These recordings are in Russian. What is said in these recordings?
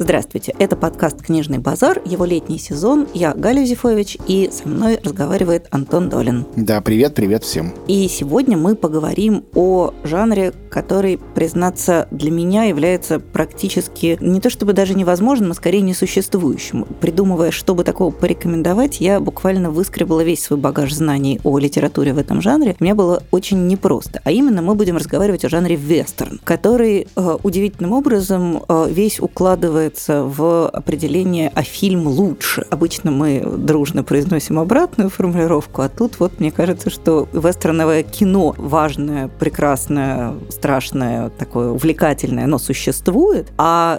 Здравствуйте, это подкаст «Книжный базар», его летний сезон. Я Галя Зифович, и со мной разговаривает Антон Долин. Да, привет всем. И сегодня мы поговорим о жанре, который, признаться, для меня является практически не то чтобы даже невозможным, а скорее несуществующим. Придумывая, чтобы такого порекомендовать, я буквально выскребала весь свой багаж знаний о литературе в этом жанре. Мне было очень непросто. А именно мы будем разговаривать о жанре вестерн, который удивительным образом весь укладывается в определение «а фильм лучше». Обычно мы дружно произносим обратную формулировку, а тут вот мне кажется, что вестерновое кино важное, прекрасное, страшное, такое увлекательное, оно существует,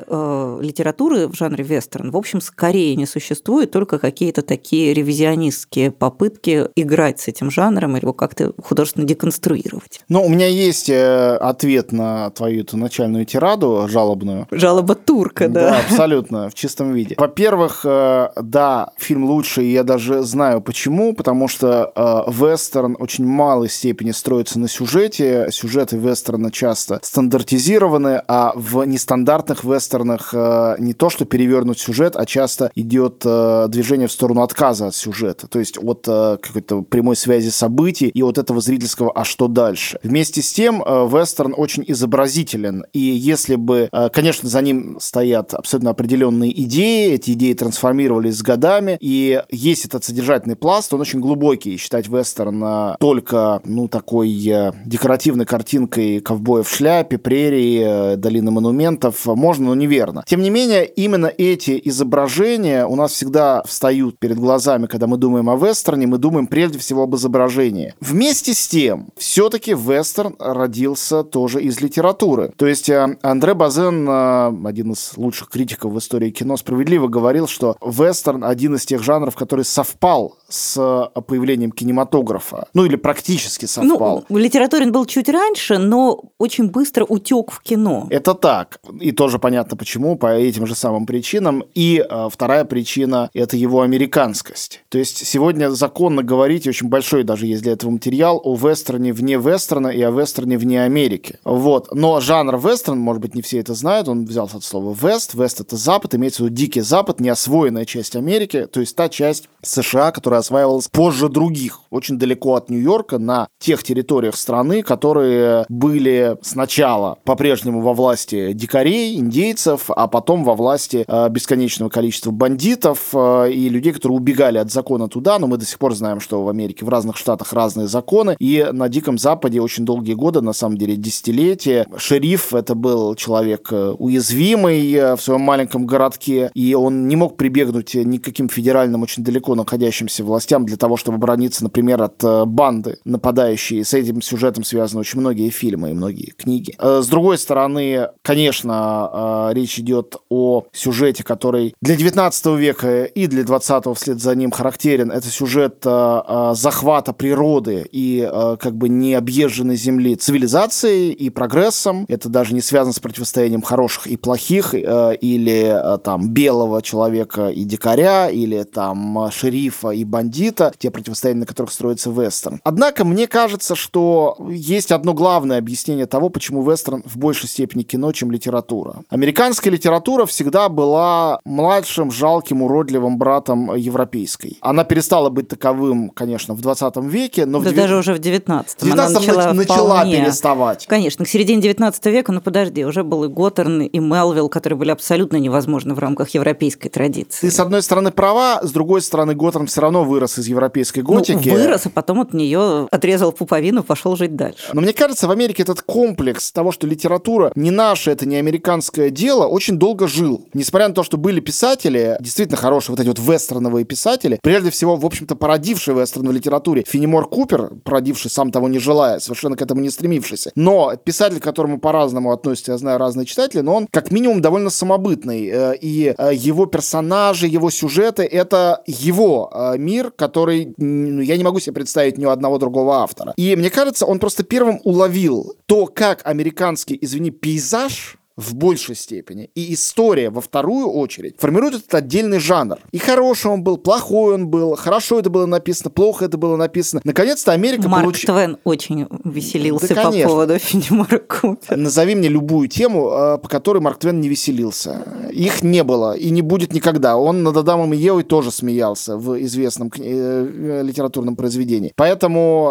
а литературы в жанре вестерн, в общем, скорее не существует, только какие-то такие ревизионистские попытки играть с этим жанром или его как-то художественно деконструировать. Ну, у меня есть ответ на твою эту начальную тираду жалобную. Жалоба турка, да. Да, абсолютно, в чистом виде. Во-первых, да, фильм лучше, и я даже знаю почему, потому что вестерн очень малой степени строится на сюжете, сюжеты вестерна часто стандартизированы, а в нестандартных вестернах не то, что перевернуть сюжет, а часто идет движение в сторону отказа от сюжета, то есть от какой-то прямой связи событий и от этого зрительского «а что дальше?». Вместе с тем, вестерн очень изобразителен, и если бы, конечно, за ним стоят абсолютно определенные идеи, эти идеи трансформировались с годами, и есть этот содержательный пласт, он очень глубокий. Считать вестерн только, такой декоративной картинкой ковбоя в шляпе, прерии, долины монументов можно, но неверно. Тем не менее, именно эти изображения у нас всегда встают перед глазами, когда мы думаем о вестерне, мы думаем прежде всего об изображении. Вместе с тем, все-таки вестерн родился тоже из литературы. То есть Андре Базен, один из лучших критиков в истории кино, справедливо говорил, что вестерн один из тех жанров, который совпал с появлением кинематографа. Или практически совпал. Литературен был чуть раньше, но очень быстро утек в кино. Это так. И тоже понятно почему, по этим же самым причинам. И вторая причина – это его американскость. То есть сегодня законно говорить, очень большой даже есть для этого материал, о вестерне вне вестерна и о вестерне вне Америки. Но жанр вестерн, может быть, не все это знают, он взялся от слова вест. Вест – это Запад, имеется в виду Дикий Запад, неосвоенная часть Америки, то есть та часть США, которая осваивалась позже других, очень далеко от Нью-Йорка, на тех территориях страны, которые были сначала по-прежнему во власти дикарей, индейцев, а потом во власти бесконечного количества бандитов и людей, которые убегали от закона туда, но мы до сих пор знаем, что в Америке в разных штатах разные законы, и на Диком Западе очень долгие годы, на самом деле десятилетия, шериф это был человек уязвимый в своем маленьком городке, и он не мог прибегнуть ни к каким федеральным, очень далеко находящимся властям для того, чтобы оборониться, например, от банды нападающей. С этим сюжетом связаны очень многие фильмы и многие книги. С другой стороны, конечно, речь идет о сюжете, который для 19 века и для 20-го вслед за ним характерен. Это сюжет захвата природы и необъезженной земли цивилизацией и прогрессом. Это даже не связано с противостоянием хороших и плохих, или белого человека и дикаря, или шерифа и бандита, те противостояния, на которых строится вестерн. Однако мне кажется, что есть одно главное объяснение того, почему вестерн в большей степени кино, чем литература. Американская литература всегда была младшим, жалким, уродливым братом европейской. Она перестала быть таковым, конечно, в 20 веке, но даже уже в 19-м. В 19-м начала переставать. Конечно, к середине 19 века, уже был и Готтерн, и Мелвилл, которые были абсолютно невозможны в рамках европейской традиции. Ты, с одной стороны, права, с другой стороны, Готтерн все равно вырос из европейской готики. Вырос, а потом от нее отрезал пуповину, пошел жить дальше. Но мне кажется, в Америке этот комплекс того, что литература не наша, это не американское дело, очень долго жил. Несмотря на то, что были писатели, действительно хорошие, эти вестерновые писатели, прежде всего, в общем-то, породившие вестерн в литературе. Фенемор Купер, породивший, сам того не желая, совершенно к этому не стремившийся. Но писатель, к которому по-разному относятся, я знаю, разные читатели, но он, как минимум, довольно самобытный. И его персонажи, его сюжеты — это его мир, который я не могу себе представить ни у одного другого автора. И мне кажется, он просто первым уловил то, как американский, пейзаж в большей степени, и история во вторую очередь формирует этот отдельный жанр. И хороший он был, плохой он был, хорошо это было написано, плохо это было написано. Наконец-то Америка Марк Твен очень веселился по поводу Фенемора Купера. Назови мне любую тему, по которой Марк Твен не веселился. Их не было и не будет никогда. Он над Адамом и Евой тоже смеялся в известном литературном произведении. Поэтому,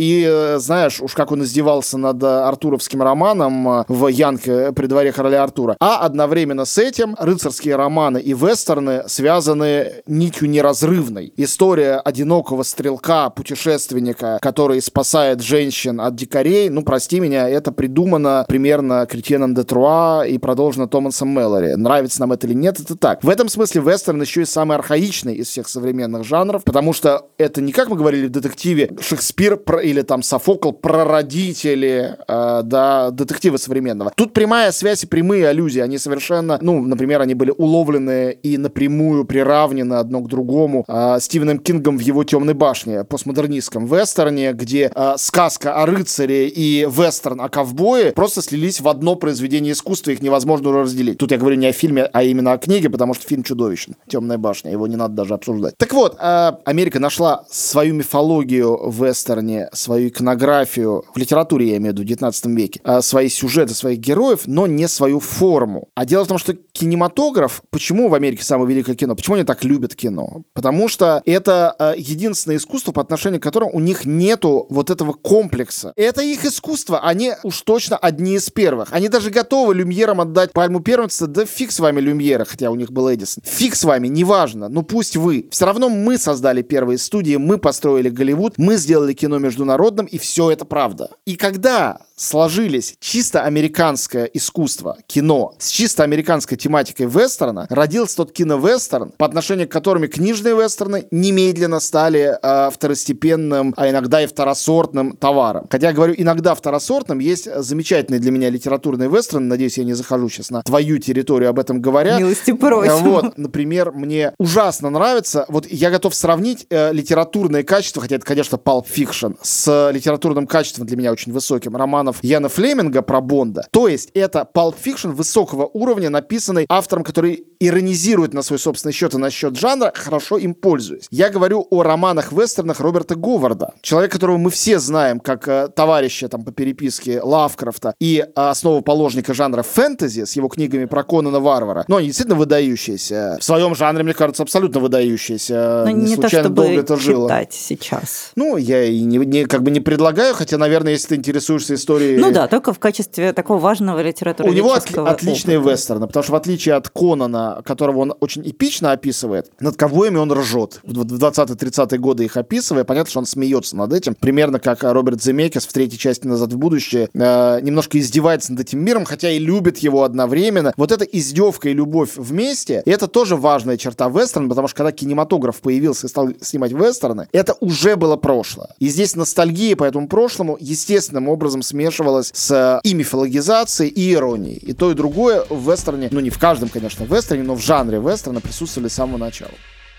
знаешь, уж как он издевался над артуровским романом в «Янке при дворе короля Артура». А одновременно с этим рыцарские романы и вестерны связаны нитью неразрывной. История одинокого стрелка, путешественника, который спасает женщин от дикарей, ну, прости меня, это придумано примерно Кретьеном де Труа и продолжено Томасом Мэлори. Нравится нам это или нет, это так. В этом смысле вестерн еще и самый архаичный из всех современных жанров, потому что это не, как мы говорили в детективе, Шекспир или там Софокл, прародители детектива современного. Тут прямая связь и прямые аллюзии. Они совершенно, например, они были уловлены и напрямую приравнены одно к другому Стивеном Кингом в его «Темной башне», постмодернистском вестерне, где сказка о рыцаре и вестерн о ковбое просто слились в одно произведение искусства, их невозможно разделить. Тут я говорю не о фильме, а именно о книге, потому что фильм чудовищный. «Темная башня», его не надо даже обсуждать. Так вот, Америка нашла свою мифологию в вестерне, свою иконографию, в литературе я имею в виду, в 19 веке, свои сюжеты, своих героев, но не свою форму. А дело в том, что кинематограф, почему в Америке самое великое кино? Почему они так любят кино? Потому что это единственное искусство, по отношению к которому у них нету вот этого комплекса. Это их искусство, они уж точно одни из первых. Они даже готовы Люмьерам отдать пальму первенства, да фиг с вами Люмьера, хотя у них был Эдисон. Фиг с вами, неважно, пусть вы. Все равно мы создали первые студии, мы построили Голливуд, мы сделали кино международным, и все это правда. И когда сложились чисто американское искусство, кино, с чисто американской тематикой вестерна, родился тот киновестерн, по отношению к которым книжные вестерны немедленно стали второстепенным, а иногда и второсортным товаром. Хотя я говорю иногда второсортным, есть замечательный для меня литературный вестерн, надеюсь, я не захожу сейчас на твою территорию об этом говоря. Милости просим. Вот, например, мне ужасно нравится, вот я готов сравнить литературное качество, хотя это, конечно, Pulp Fiction, с литературным качеством для меня очень высоким романов Яна Флеминга про Бонда. То есть это Pulp Fiction высокого уровня, написанный автором, который иронизирует на свой собственный счет и на счет жанра, хорошо им пользуясь. Я говорю о романах-вестернах Роберта Говарда. Человек, которого мы все знаем как товарища по переписке Лавкрафта и основоположника жанра фэнтези с его книгами про Конана Варвара. Но они действительно выдающиеся. В своем жанре, мне кажется, абсолютно выдающиеся. Но не то, чтобы долго это жило. читать сейчас. Я и не предлагаю, хотя, наверное, если ты интересуешься историей... только в качестве такого важного литературоведческого У него отличные вестерны, потому что в отличие от Конана, которого он очень эпично описывает, над ковбоями он ржет. В 20-30-е годы их описывая, понятно, что он смеется над этим. Примерно как Роберт Земекис в третьей части «Назад в будущее» немножко издевается над этим миром, хотя и любит его одновременно. Вот эта издевка и любовь вместе, и это тоже важная черта вестерна, потому что когда кинематограф появился и стал снимать вестерны, это уже было прошлое. И здесь ностальгия по этому прошлому естественным образом смешивалась с и мифологизацией, и иронией. И то, и другое в вестерне, не в каждом, конечно, вестерне, но в жанре вестерна присутствовали с самого начала.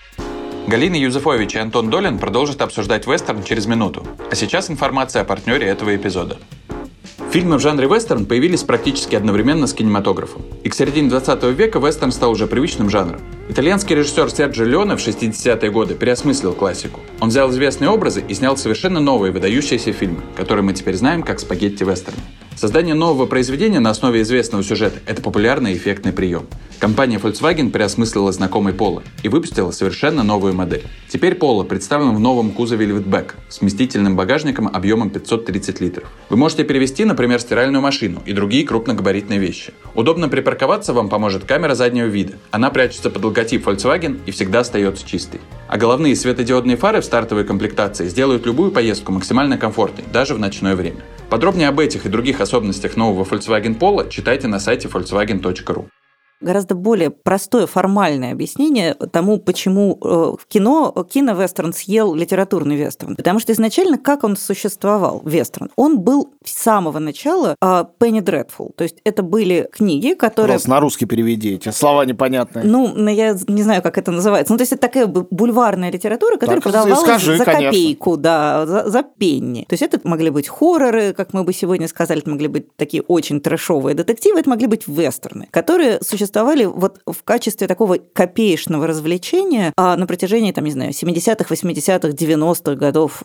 Галина Юзефович и Антон Долин продолжат обсуждать вестерн через минуту. А сейчас информация о партнере этого эпизода. Фильмы в жанре вестерн появились практически одновременно с кинематографом. И к середине 20 века вестерн стал уже привычным жанром. Итальянский режиссер Серджио Леоне в 60-е годы переосмыслил классику. Он взял известные образы и снял совершенно новые выдающиеся фильмы, которые мы теперь знаем как спагетти-вестерны. Создание нового произведения на основе известного сюжета – это популярный и эффектный прием. Компания Volkswagen переосмыслила знакомый Polo и выпустила совершенно новую модель. Теперь Polo представлен в новом кузове Liftback с вместительным багажником объемом 530 литров. Вы можете перевезти, например, стиральную машину и другие крупногабаритные вещи. Удобно припарковаться вам поможет камера заднего вида. Она прячется под логотип Volkswagen и всегда остается чистой. А головные светодиодные фары в стартовой комплектации сделают любую поездку максимально комфортной, даже в ночное время. Подробнее об этих и других особенностях нового Volkswagen Polo читайте на сайте volkswagen.ru. Гораздо более простое формальное объяснение тому, почему в кино-вестерн съел литературный вестерн. Потому что изначально как он существовал, вестерн? Он был с самого начала Penny Dreadful. То есть это были книги, которые... Просто на русский переведи, эти слова непонятные. Я не знаю, как это называется. То есть это такая бульварная литература, которая продавалась за копейку, за пенни. То есть это могли быть хорроры, как мы бы сегодня сказали, это могли быть такие очень трэшовые детективы, это могли быть вестерны, которые существовали существовали вот в качестве такого копеечного развлечения на протяжении, там, не знаю, 70-х, 80-х, 90-х годов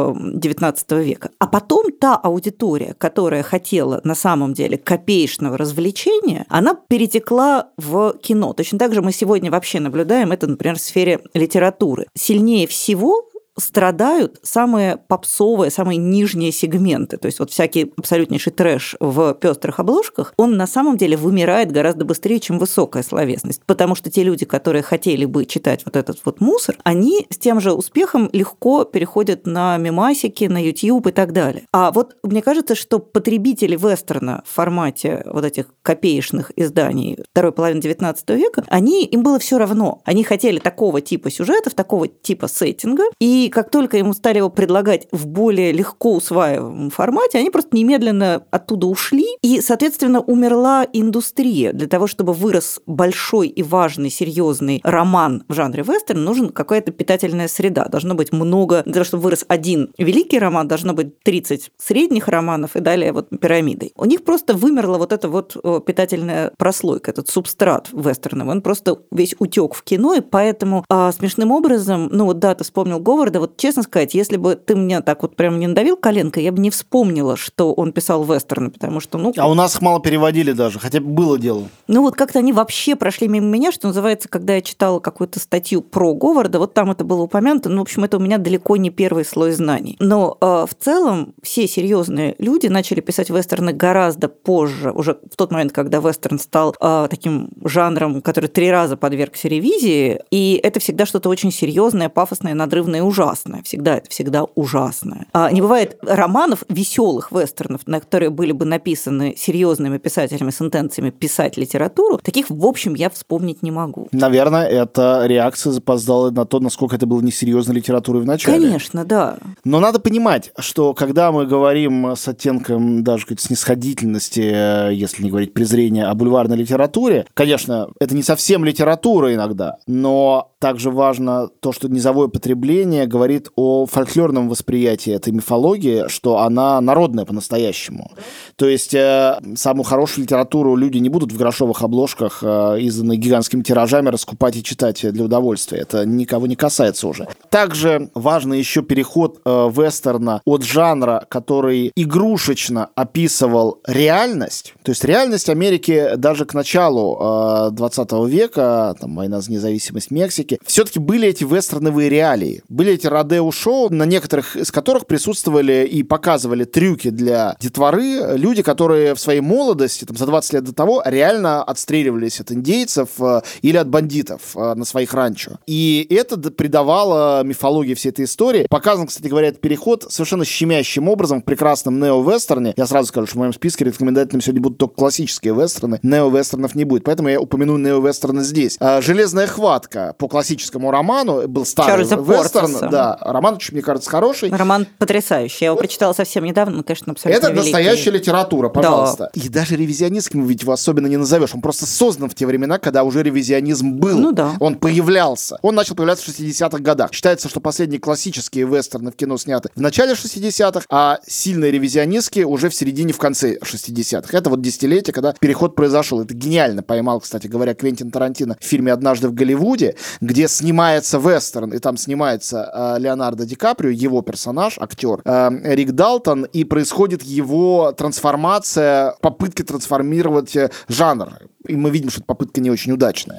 XIX века. А потом та аудитория, которая хотела на самом деле копеечного развлечения, она перетекла в кино. Точно так же мы сегодня вообще наблюдаем это, например, в сфере литературы. Сильнее всего страдают самые попсовые, самые нижние сегменты. То есть вот всякий абсолютнейший трэш в пестрых обложках, он на самом деле вымирает гораздо быстрее, чем высокая словесность. Потому что те люди, которые хотели бы читать вот этот вот мусор, они с тем же успехом легко переходят на мемасики, на YouTube и так далее. А вот мне кажется, что потребители вестерна в формате вот этих копеечных изданий второй половины XIX века, им было все равно. Они хотели такого типа сюжетов, такого типа сеттинга, и как только ему стали его предлагать в более легко усваиваемом формате, они просто немедленно оттуда ушли, и, соответственно, умерла индустрия. Для того, чтобы вырос большой и важный, серьезный роман в жанре вестерн, нужна какая-то питательная среда. Должно быть много... Для того, чтобы вырос один великий роман, должно быть 30 средних романов и далее вот пирамидой. У них просто вымерла вот эта вот питательная прослойка, этот субстрат вестерновый. Он просто весь утек в кино, и поэтому смешным образом, ты вспомнил Говарда, вот честно сказать, если бы ты меня так вот прям не надавил коленкой, я бы не вспомнила, что он писал вестерны, потому что, А у нас их мало переводили даже, хотя бы было дело. Как-то они вообще прошли мимо меня, что называется, когда я читала какую-то статью про Говарда, вот там это было упомянуто, в общем, это у меня далеко не первый слой знаний. Но в целом все серьезные люди начали писать вестерны гораздо позже, уже в тот момент, когда вестерн стал таким жанром, который 3 раза подвергся ревизии, и это всегда что-то очень серьезное, пафосное, надрывное и ужасное. Всегда ужасное. Не бывает романов веселых вестернов, на которые были бы написаны серьезными писателями с интенциями писать литературу. Таких, в общем, я вспомнить не могу. Наверное, это реакция запоздала на то, насколько это было несерьезной литературой в начале. Конечно, да. Но надо понимать, что когда мы говорим с оттенком даже снисходительности, если не говорить презрения, о бульварной литературе, конечно, это не совсем литература иногда, но также важно то, что низовое потребление говорит о фольклорном восприятии этой мифологии, что она народная по-настоящему. То есть самую хорошую литературу люди не будут в грошовых обложках, изданных гигантскими тиражами, раскупать и читать для удовольствия. Это никого не касается уже. Также важно еще переход вестерна от жанра, который игрушечно описывал реальность. То есть реальность Америки даже к началу 20 века, война за независимость Мексики, все-таки были эти вестерновые реалии. Были эти родео-шоу, на некоторых из которых присутствовали и показывали трюки для детворы люди, которые в своей молодости, за 20 лет до того, реально отстреливались от индейцев или от бандитов на своих ранчо. И это придавало мифологии всей этой истории. Показан, кстати говоря, этот переход совершенно щемящим образом в прекрасном нео-вестерне. Я сразу скажу, что в моем списке рекомендательными сегодня будут только классические вестерны. Нео-вестернов не будет, поэтому я упомяну нео-вестерны здесь. «Железная хватка» по классическому роману был старый Чарльза вестерн. Портаса. Да, роман очень, мне кажется, хороший. Роман потрясающий. Я его прочитала совсем недавно, конечно, абсолютно Это великий. настоящая литература, пожалуйста. Да. И даже ревизионистским ведь его особенно не назовешь. Он просто создан в те времена, когда уже ревизионизм был. Он появлялся. Он начал появляться в 60-х годах. Считается, что последние классические вестерны в кино сняты в начале 60-х, а сильные ревизионистские уже в середине, в конце 60-х. Это десятилетие, когда переход произошел. Это гениально поймал, кстати говоря, Квентин Тарантино в фильме «Однажды в Голливуде», где снимается вестерн, и там снимается Леонардо Ди Каприо, его персонаж, актер, Рик Далтон, и происходит его трансформация, попытки трансформировать жанр. И мы видим, что эта попытка не очень удачная.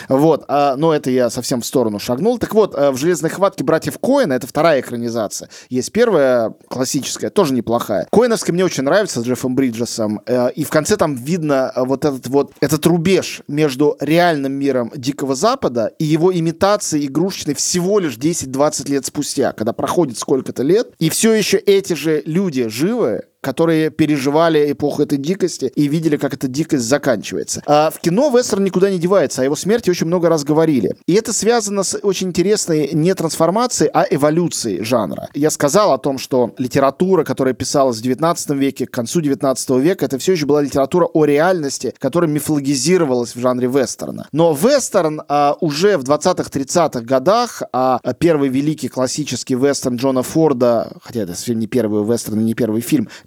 Но это я совсем в сторону шагнул. Так вот, в «Железной хватке» братьев Коэна, это вторая экранизация. Есть первая, классическая, тоже неплохая. Коэновская мне очень нравится, с Джеффом Бриджесом. И в конце там видно этот рубеж между реальным миром Дикого Запада и его имитацией игрушечной всего лишь 10-20 лет спустя, когда проходит сколько-то лет, и все еще эти же люди живы, которые переживали эпоху этой дикости и видели, как эта дикость заканчивается. А в кино вестерн никуда не девается, о его смерти очень много раз говорили. И это связано с очень интересной не трансформацией, а эволюцией жанра. Я сказал о том, что литература, которая писалась в 19 веке, к концу 19 века, это все еще была литература о реальности, которая мифологизировалась в жанре вестерна. Но вестерн уже в 20-30-х годах, первый великий классический вестерн Джона Форда, хотя это не первый вестерн, не первый фильм,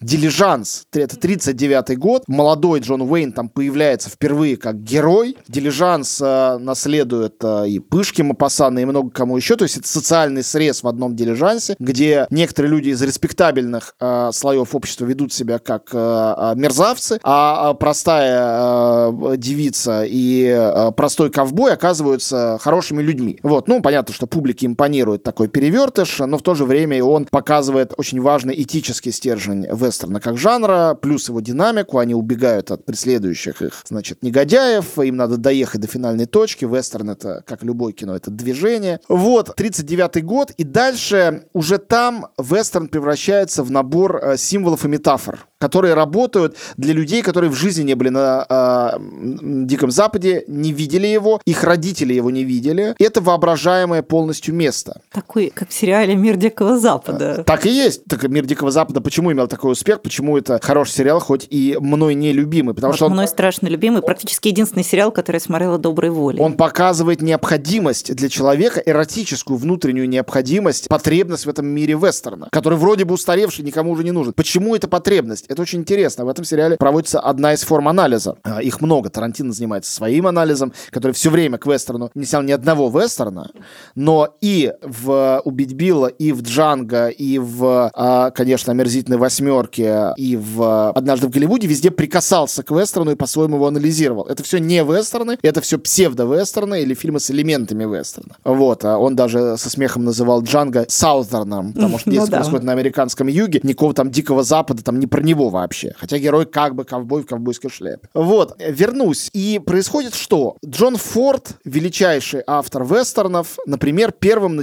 «Дилижанс». Это 1939 год. Молодой Джон Уэйн там появляется впервые как герой. «Дилижанс» наследует и Пышки Мопассана, и много кому еще. То есть это социальный срез в одном «Дилижансе», где некоторые люди из респектабельных слоев общества ведут себя как мерзавцы, а простая девица и простой ковбой оказываются хорошими людьми. Вот. Ну, понятно, что публике импонирует такой перевертыш, но в то же время он показывает очень важный этический стержень вестерна как жанра, плюс его динамику. Они убегают от преследующих их, негодяев, им надо доехать до финальной точки. Вестерн — это, как любое кино, это движение. Вот, 1939 год, и дальше уже там вестерн превращается в набор символов и метафор, которые работают для людей, которые в жизни не были на Диком Западе, не видели его, их родители его не видели. Это воображаемое полностью место. Такой, как в сериале «Мир Дикого Запада». Так и есть. Так «Мир Дикого Запада» почему имел такой успех? Почему это хороший сериал, хоть и мной не любимый? Потому что мной страшно любимый, практически единственный сериал, который я смотрела доброй волей. Он показывает необходимость для человека, эротическую внутреннюю необходимость, потребность в этом мире вестерна, который вроде бы устаревший, никому уже не нужен. Почему эта потребность? Это очень интересно. В этом сериале проводится одна из форм анализа. Их много. Тарантино занимается своим анализом, который все время к вестерну не снял ни одного вестерна, но и в «Убить Билла», и в «Джанго», и в, конечно, «Омерзительной восьмерке», и в «Однажды в Голливуде» везде прикасался к вестерну и по-своему его анализировал. Это все не вестерны, это все псевдо-вестерны или фильмы с элементами вестерна. Вот. Он даже со смехом называл «Джанго» саузерном, потому что действие происходит на американском юге, никакого там Дикого Запада там не про него вообще. Хотя герой как бы ковбой в ковбойской шляпе. Вот. Вернусь. И происходит что? Джон Форд, величайший автор вестернов, например, первым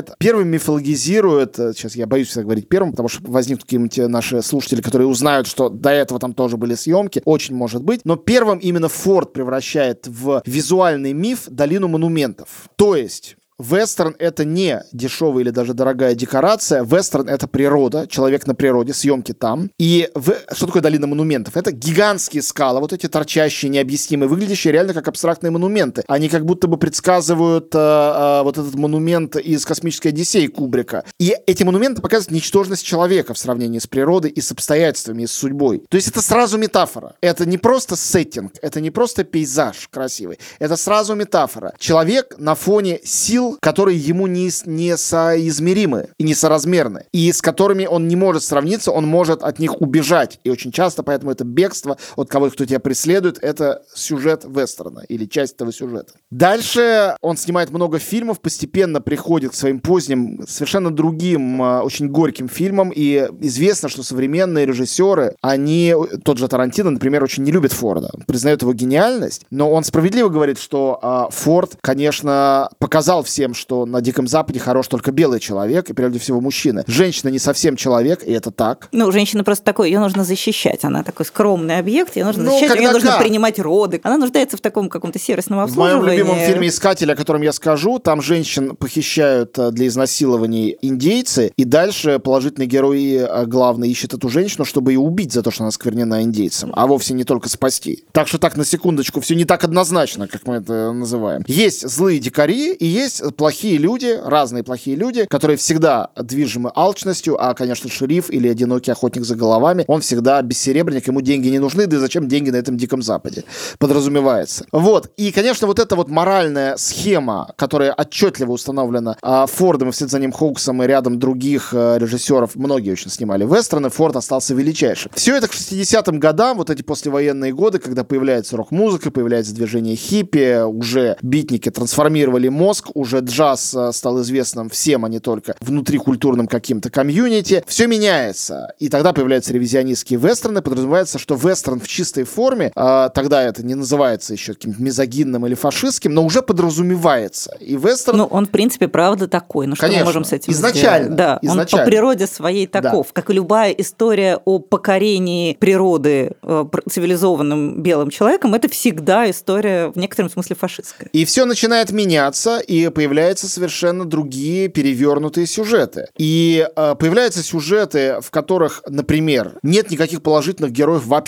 мифологизирует, сейчас я боюсь всегда говорить первым, потому что возникнут какие-нибудь наши слушатели, которые узнают, что до этого там тоже были съемки, очень может быть, но первым именно Форд превращает в визуальный миф долину монументов. То есть вестерн — это не дешевая или даже дорогая декорация. Вестерн — это природа, человек на природе, съемки там. И что такое долина монументов? Это гигантские скалы, вот эти торчащие, необъяснимые, выглядящие реально как абстрактные монументы. Они как будто бы предсказывают вот этот монумент из «Космической Одиссеи» Кубрика. И эти монументы показывают ничтожность человека в сравнении с природой и с обстоятельствами, и с судьбой. То есть это сразу метафора. Это не просто сеттинг, это не просто пейзаж красивый. Это сразу метафора. Человек на фоне сил, которые ему несоизмеримы и несоразмерны, и с которыми он не может сравниться, он может от них убежать. И очень часто поэтому это бегство от кого-то, кто тебя преследует, это сюжет вестерна или часть этого сюжета. Дальше он снимает много фильмов, постепенно приходит к своим поздним, совершенно другим, очень горьким фильмам, и известно, что современные режиссеры, тот же Тарантино, например, очень не любит Форда, признает его гениальность, но он справедливо говорит, что Форд, конечно, показал всем, что на Диком Западе хорош только белый человек, и прежде всего мужчина. Женщина не совсем человек, и это так. Женщина просто такой, ее нужно защищать. Она такой скромный объект, ее нужно защищать, ее нужно принимать роды. Она нуждается в таком каком-то сервисном обслуживании. В моем любимом фильме «Искатель», о котором я скажу, там женщин похищают для изнасилований индейцы, и дальше положительный герой главный ищет эту женщину, чтобы ее убить за то, что она сквернена индейцем, а вовсе не только спасти. Так что на секундочку, все не так однозначно, как мы это называем. Есть злые дикари, и есть плохие люди, разные плохие люди, которые всегда движимы алчностью, а, конечно, шериф или одинокий охотник за головами, он всегда бессеребренник, ему деньги не нужны, да и зачем деньги на этом Диком Западе, подразумевается. Вот. И, конечно, вот эта вот моральная схема, которая отчетливо установлена Фордом и вслед за ним Хоуксом и рядом других режиссеров, многие очень снимали вестерны, Форд остался величайшим. Все это к 60-м годам, вот эти послевоенные годы, когда появляется рок-музыка, появляется движение хиппи, уже битники трансформировали мозг, уже джаз стал известным всем, а не только внутрикультурным каким-то комьюнити. Все меняется. И тогда появляются ревизионистские вестерны. Подразумевается, что вестерн в чистой форме, тогда это не называется еще каким-то мизогинным или фашистским, но уже подразумевается. И вестерн... Он, в принципе, правда такой. Что конечно, мы можем с этим изначально, сделать? Да, изначально. Он по природе своей таков. Да. Как и любая история о покорении природы цивилизованным белым человеком, это всегда история в некотором смысле фашистская. И все начинает меняться, и появляются совершенно другие перевернутые сюжеты. И появляются сюжеты, в которых, например, нет никаких положительных героев вообще.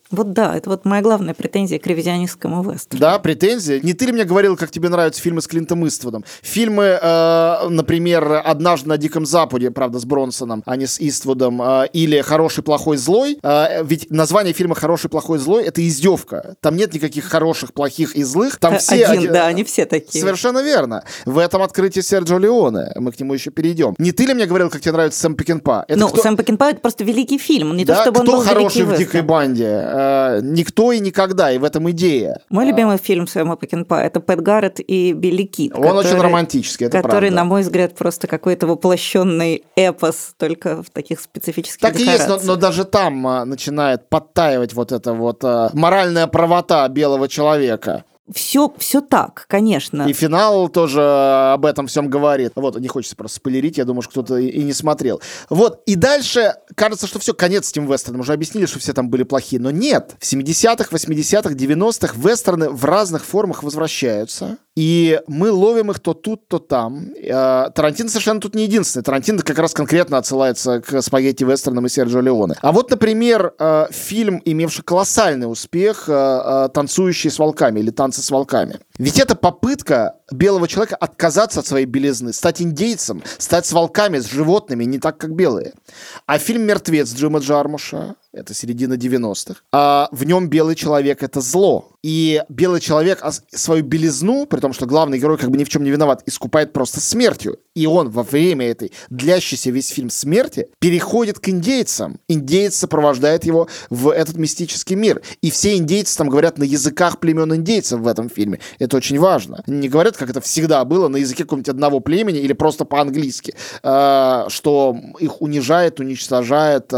Вот да, это вот моя главная претензия к ревизионистскому вестерну. Да, претензия. Не ты ли мне говорил, как тебе нравятся фильмы с Клинтом Иствудом? Фильмы, например, «Однажды на Диком Западе», правда, с Бронсоном, а не с Иствудом, или «Хороший, плохой, злой». Ведь название фильма «Хороший, плохой, злой» — это издевка. Там нет никаких хороших, плохих и злых. Там все да, они все такие. Совершенно верно. В этом открытии Серджио Леоне. Мы к нему еще перейдем. Не ты ли мне говорил, как тебе нравится Сэм Пекинпа? Сэм Пекинпа — это просто великий фильм. Не да, то, чтобы он был хороший в «Дикой «Дикой банде»? Никто и никогда, и в этом идея. Мой любимый фильм Сэма Пекинпа — это «Пэт Гарретт и Билли Кид». Он очень романтический, это который, правда. На мой взгляд, просто какой-то воплощенный эпос, только в таких специфических так декорациях. Так и есть, но даже там начинает подтаивать вот эта вот моральная правота белого человека. Все так, конечно. И финал тоже об этом всем говорит. Вот, не хочется просто спойлерить, я думаю, что кто-то и не смотрел. Вот, и дальше кажется, что все, конец этим вестернам. Уже объяснили, что все там были плохие, но нет. В 70-х, 80-х, 90-х вестерны в разных формах возвращаются. И мы ловим их то тут, то там. Тарантино совершенно тут не единственный. Тарантино как раз конкретно отсылается к спагетти-вестернам и Серджио Леоне. А вот, например, фильм, имевший колоссальный успех, «Танцующие с волками» или «Танцы с волками». Ведь это попытка белого человека отказаться от своей белизны, стать индейцем, стать с волками, с животными, не так, как белые. А фильм «Мертвец» Джима Джармуша, это середина 90-х, в нем белый человек — это зло. И белый человек свою белизну, при том, что главный герой как бы ни в чем не виноват, искупает просто смертью. И он во время этой длящейся весь фильм смерти переходит к индейцам. Индеец сопровождает его в этот мистический мир. И все индейцы там говорят на языках племен индейцев в этом фильме. Это очень важно. Они не говорят, как это всегда было, на языке какого-нибудь одного племени или просто по-английски, что их унижает, уничтожает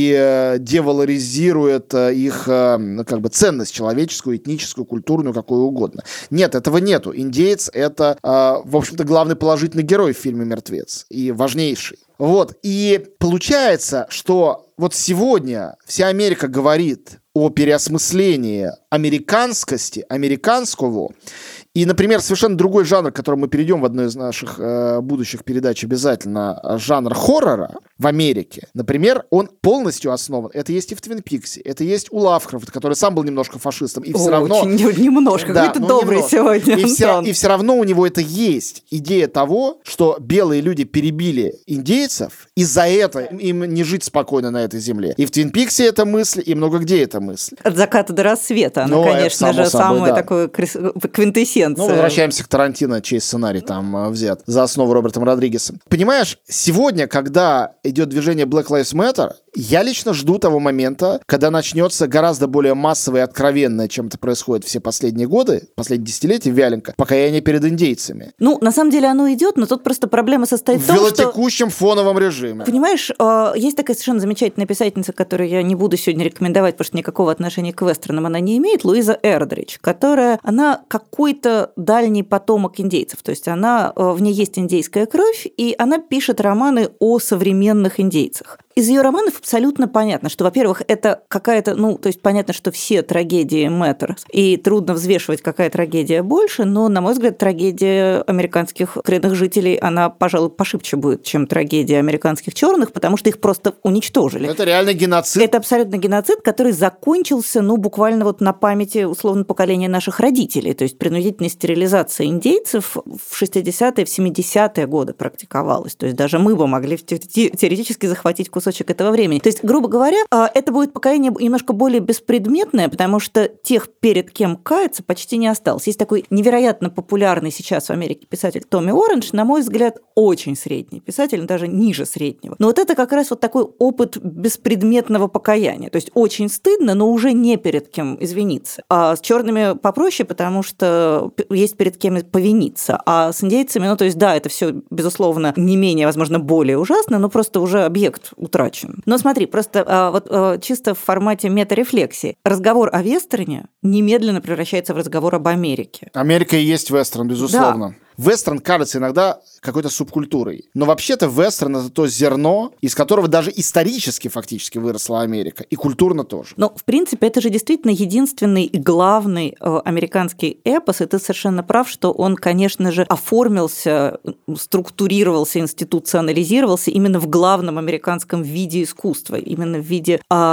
и девалоризирует их как бы ценность человеческую, этническую, культурную, какую угодно. Нет, этого нету. Индеец — это, в общем-то, главный положительный герой в фильме «Мертвец» и важнейший. Вот. И получается, что вот сегодня вся Америка говорит о переосмыслении американскости, американского. И, например, совершенно другой жанр, к которому мы перейдем в одной из наших будущих передач обязательно, жанр хоррора в Америке. Например, он полностью основан. Это есть и в «Твин Пиксе», это есть у Лавкрафта, который сам был немножко фашистом. И все равно... Очень немножко. Да, какой ты добрый немножко. Сегодня, и все равно у него это есть. Идея того, что белые люди перебили индейцев, и за это им не жить спокойно на этой земле. И в «Твин Пиксе» эта мысль, и много где эта мысль. От заката до рассвета. Она, конечно же, самый такой квинтэссенция. Ну, возвращаемся к Тарантино, чей сценарий там взят за основу Робертом Родригесом. Понимаешь, сегодня, когда идет движение Black Lives Matter, я лично жду того момента, когда начнется гораздо более массовое и откровенное, чем это происходит все последние годы, последние десятилетия, вяленько, покаяние перед индейцами. Ну, на самом деле оно идет, но тут просто проблема состоит в том, что... В велотекущем фоновом режиме. Понимаешь, есть такая совершенно замечательная писательница, которую я не буду сегодня рекомендовать, потому что никакого отношения к вестернам она не имеет, Луиза Эрдридж, которая, она какой-то дальний потомок индейцев, то есть в ней есть индейская кровь, и она пишет романы о современных индейцах. Из ее романов абсолютно понятно, что, во-первых, это какая-то, то есть понятно, что все трагедии matter, и трудно взвешивать, какая трагедия больше, но, на мой взгляд, трагедия американских коренных жителей, она, пожалуй, пошибче будет, чем трагедия американских черных, потому что их просто уничтожили. Это реально геноцид. Это абсолютно геноцид, который закончился, буквально вот на памяти, условно, поколения наших родителей, то есть принудительная стерилизация индейцев в 60-е, в 70-е годы практиковалась, то есть даже мы бы могли теоретически захватить кусочек этого времени. То есть, грубо говоря, это будет покаяние немножко более беспредметное, потому что тех, перед кем каяться, почти не осталось. Есть такой невероятно популярный сейчас в Америке писатель Томми Оранж, на мой взгляд, очень средний писатель, даже ниже среднего. Но вот это как раз вот такой опыт беспредметного покаяния. То есть очень стыдно, но уже не перед кем извиниться. А с черными попроще, потому что есть перед кем повиниться. А с индейцами, то есть да, это все, безусловно, не менее, возможно, более ужасно, но просто уже объект утрачен. Но смотри, просто чисто в формате метарефлексии. Разговор о вестерне немедленно превращается в разговор об Америке. Америка и есть вестерн, безусловно. Да. Вестерн кажется иногда какой-то субкультурой. Но вообще-то вестерн — это то зерно, из которого даже исторически фактически выросла Америка. И культурно тоже. Но, в принципе, это же действительно единственный и главный американский эпос. И ты совершенно прав, что он, конечно же, оформился, структурировался, институционализировался именно в главном американском виде искусства. Именно в виде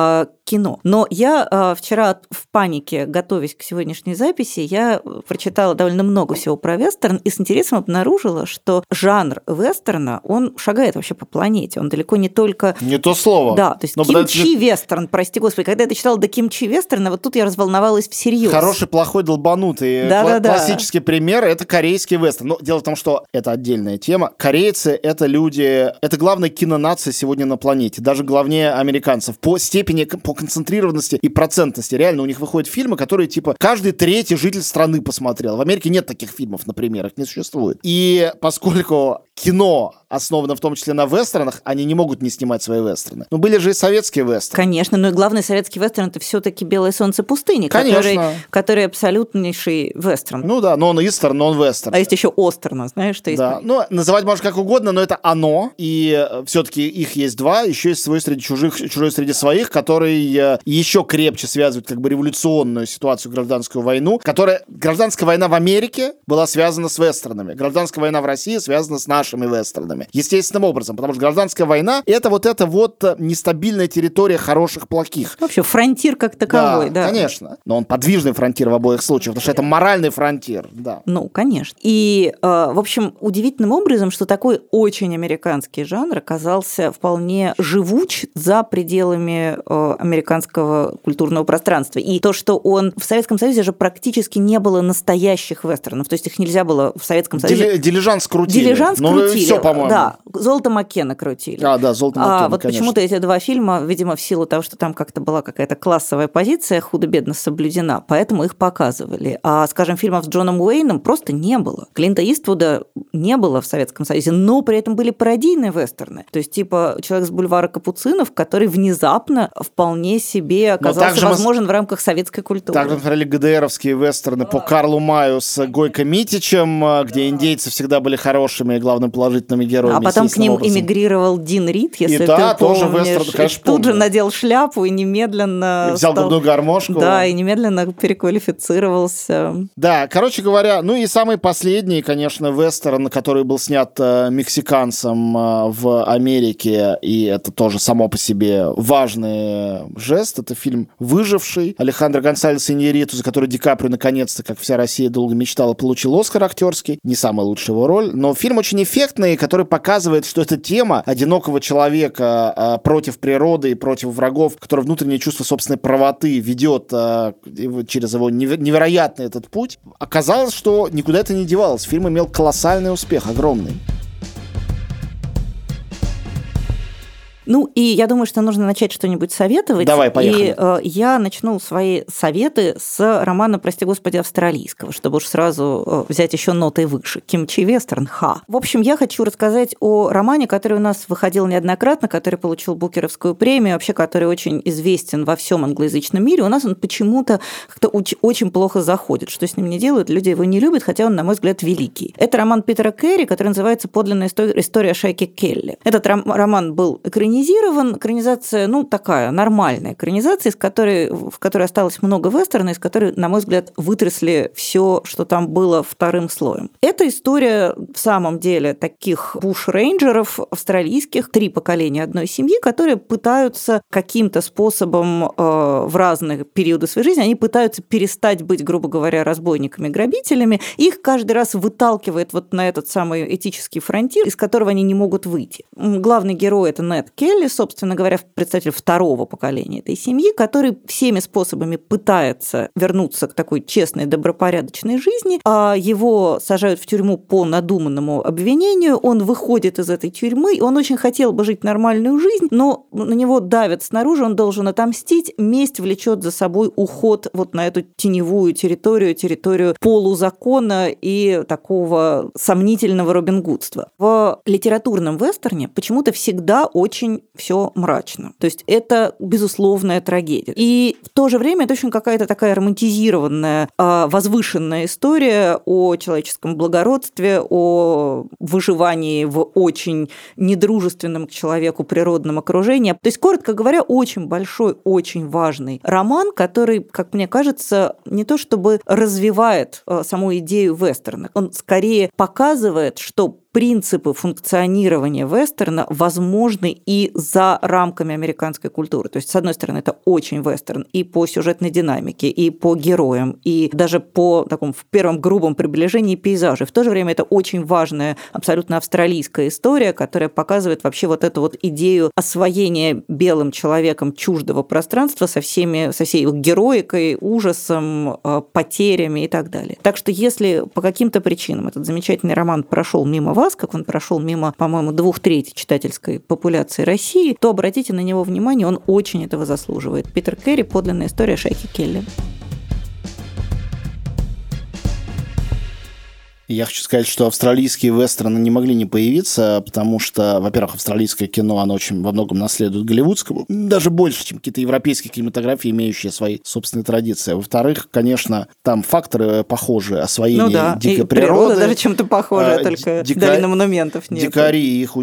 кино. Но я вчера в панике, готовясь к сегодняшней записи, я прочитала довольно много всего про вестерн и с интересом обнаружила, что жанр вестерна, он шагает вообще по планете. Он далеко не только... Не то слово. Да, то есть кимчи-вестерн, прости господи. Когда я дочитала до кимчи-вестерна, вот тут я разволновалась всерьез. Хороший, плохой, долбанутый. Классический пример – это корейский вестерн. Но дело в том, что это отдельная тема. Корейцы – это люди, это главная кинонация сегодня на планете. Даже главнее американцев. По степени, по концентрированности и процентности. Реально, у них выходят фильмы, которые, типа, каждый третий житель страны посмотрел. В Америке нет таких фильмов, например, их не существует. И поскольку кино основано в том числе на вестернах, они не могут не снимать свои вестерны. Но были же и советские вестерны. Конечно, но и главный советский вестерн – это все-таки «Белое солнце пустыни», который абсолютнейший вестерн. Ну да, но он истерн, но он вестерн. А есть еще остерн, знаешь, что есть? Да, ну, называть можно как угодно, но это оно, и все-таки их есть два, еще есть свой среди чужих, чужой среди своих, который еще крепче связывает как бы революционную ситуацию, гражданскую войну, гражданская война в Америке была связана с вестернами, гражданская война в России связана с нашими вестернами. Естественным образом, потому что гражданская война — это вот нестабильная территория хороших, плохих. Вообще фронтир как таковой, да. Конечно. Но он подвижный фронтир в обоих случаях, потому что это моральный фронтир, да. Ну, конечно. И, в общем, удивительным образом, что такой очень американский жанр оказался вполне живуч за пределами американского культурного пространства. И то, что он в Советском Союзе же практически не было настоящих вестернов, то есть их нельзя было в Советском Союзе... Дилижанс крутили. Крутили. Все, по-моему. Да, «Золото Маккена» крутили. Да, «Золото Маккена», вот конечно. почему-то эти два фильма, видимо, в силу того, что там как-то была какая-то классовая позиция худо-бедно соблюдена, поэтому их показывали. А, скажем, фильмов с Джоном Уэйном просто не было. Клинта Иствуда не было в Советском Союзе, но при этом были пародийные вестерны. То есть, типа «Человек с бульвара Капуцинов», который внезапно вполне себе оказался возможен в рамках советской культуры. Также мы смотрели ГДРовские вестерны по Карлу Маю с Гойко Митичем, где индейцы всегда были хорошими и, главным, положительными героями. А потом к ним эмигрировал Дин Рид, если ты помнишь. тоже вестерн, конечно, тут же надел шляпу и немедленно... Взял губную гармошку. Да, и немедленно переквалифицировался. Да, короче говоря, ну и самый последний, конечно, вестерн, который был снят мексиканцем в Америке, и это тоже само по себе важный жест, это фильм «Выживший» Алехандро Гонсалеса Иньярриту, за который Ди Каприо наконец-то, как вся Россия долго мечтала, получил Оскар актерский. Не самая лучшая его роль, но фильм очень эффектный, который показывает, что эта тема одинокого человека против природы и против врагов, который внутреннее чувство собственной правоты ведет через его невероятный этот путь, оказалось, что никуда это не девалось. Фильм имел колоссальный успех, огромный. Ну, и я думаю, что нужно начать что-нибудь советовать. Давай, поехали. И я начну свои советы с романа, прости господи, австралийского, чтобы уж сразу взять еще ноты выше. Кимчи-вестерн, ха. В общем, я хочу рассказать о романе, который у нас выходил неоднократно, который получил Букеровскую премию, вообще, который очень известен во всем англоязычном мире. У нас он почему-то как-то очень плохо заходит. Что с ним не делают, люди его не любят, хотя он, на мой взгляд, великий. Это роман Питера Керри, который называется «Подлинная история шайки Келли». Этот роман был экранизация, ну, такая нормальная экранизация, в которой осталось много вестерна, из которой, на мой взгляд, вытрясли все, что там было вторым слоем. Это история, в самом деле, таких буш-рейнджеров австралийских, 3 поколения одной семьи, которые пытаются каким-то способом в разные периоды своей жизни, они пытаются перестать быть, грубо говоря, разбойниками-грабителями. Их каждый раз выталкивает вот на этот самый этический фронтир, из которого они не могут выйти. Главный герой – это Нед Келли, собственно говоря, представитель второго поколения этой семьи, который всеми способами пытается вернуться к такой честной, добропорядочной жизни, а его сажают в тюрьму по надуманному обвинению, он выходит из этой тюрьмы, он очень хотел бы жить нормальную жизнь, но на него давят снаружи, он должен отомстить, месть влечет за собой уход вот на эту теневую территорию полузакона и такого сомнительного робингудства. В литературном вестерне почему-то всегда очень все мрачно. То есть это безусловная трагедия. И в то же время это очень какая-то такая романтизированная, возвышенная история о человеческом благородстве, о выживании в очень недружественном к человеку природном окружении. То есть, коротко говоря, очень большой, очень важный роман, который, как мне кажется, не то чтобы развивает саму идею вестерна, он скорее показывает, что принципы функционирования вестерна возможны и за рамками американской культуры. То есть, с одной стороны, это очень вестерн и по сюжетной динамике, и по героям, и даже по такому в первом грубом приближении пейзажей. В то же время это очень важная, абсолютно австралийская история, которая показывает вообще вот эту вот идею освоения белым человеком чуждого пространства со всей его героикой, ужасом, потерями и так далее. Так что если по каким-то причинам этот замечательный роман прошел мимо вас, как он прошел мимо, по-моему, 2/3 читательской популяции России, то обратите на него внимание, он очень этого заслуживает. Питер Керри, подлинная история шайки Келли. Я хочу сказать, что австралийские вестерны не могли не появиться, потому что, во-первых, австралийское кино, оно очень во многом наследует голливудскому, даже больше, чем какие-то европейские кинематографии, имеющие свои собственные традиции. Во-вторых, конечно, там факторы похожие, освоение дикой природы. Природа даже чем-то похожая, только долина монументов нет. Дикари и их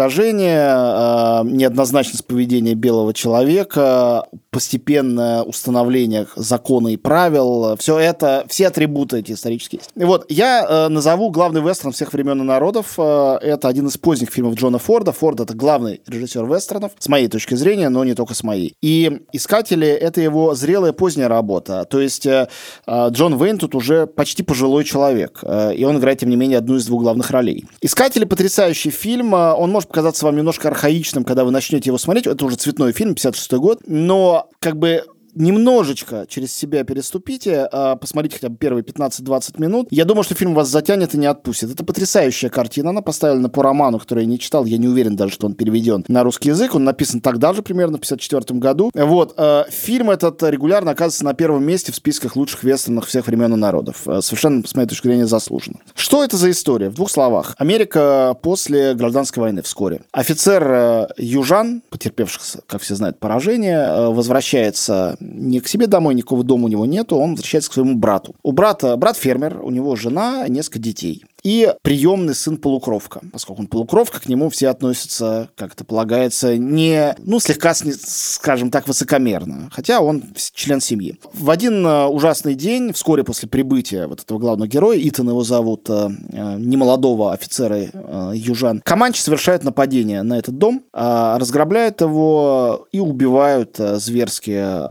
уничтожение, неоднозначность поведения белого человека, постепенное установление закона и правил, все это, все атрибуты эти исторические. И вот я назову главный вестерн всех времен и народов. Это один из поздних фильмов Джона Форда. Форд — это главный режиссер вестернов, с моей точки зрения, но не только с моей. И «Искатели» — это его зрелая поздняя работа. То есть Джон Уэйн тут уже почти пожилой человек, и он играет, тем не менее, одну из двух главных ролей. «Искатели» — потрясающий фильм. Он может показаться вам немножко архаичным, когда вы начнете его смотреть. Это уже цветной фильм, 56-й год, но как бы немножечко через себя переступите, посмотрите хотя бы первые 15-20 минут. Я думаю, что фильм вас затянет и не отпустит. Это потрясающая картина. Она поставлена по роману, который я не читал. Я не уверен даже, что он переведен на русский язык. Он написан тогда же, примерно в 1954 году. Вот. Фильм этот регулярно оказывается на первом месте в списках лучших вестернов всех времен и народов. Совершенно, с моей точки зрения, заслуженно. Что это за история? В двух словах. Америка после гражданской войны вскоре. Офицер южан, потерпевших, как все знают, поражение, возвращается не к себе домой, никакого дома у него нету, он возвращается к своему брату. У брата, брат фермер, у него жена, несколько детей. И приемный сын полукровка. Поскольку он полукровка, к нему все относятся, как это полагается, не, слегка, скажем так, высокомерно. Хотя он член семьи. В один ужасный день, вскоре после прибытия вот этого главного героя, Итан его зовут, немолодого офицера южан, команчи совершают нападение на этот дом, разграбляют его и убивают зверски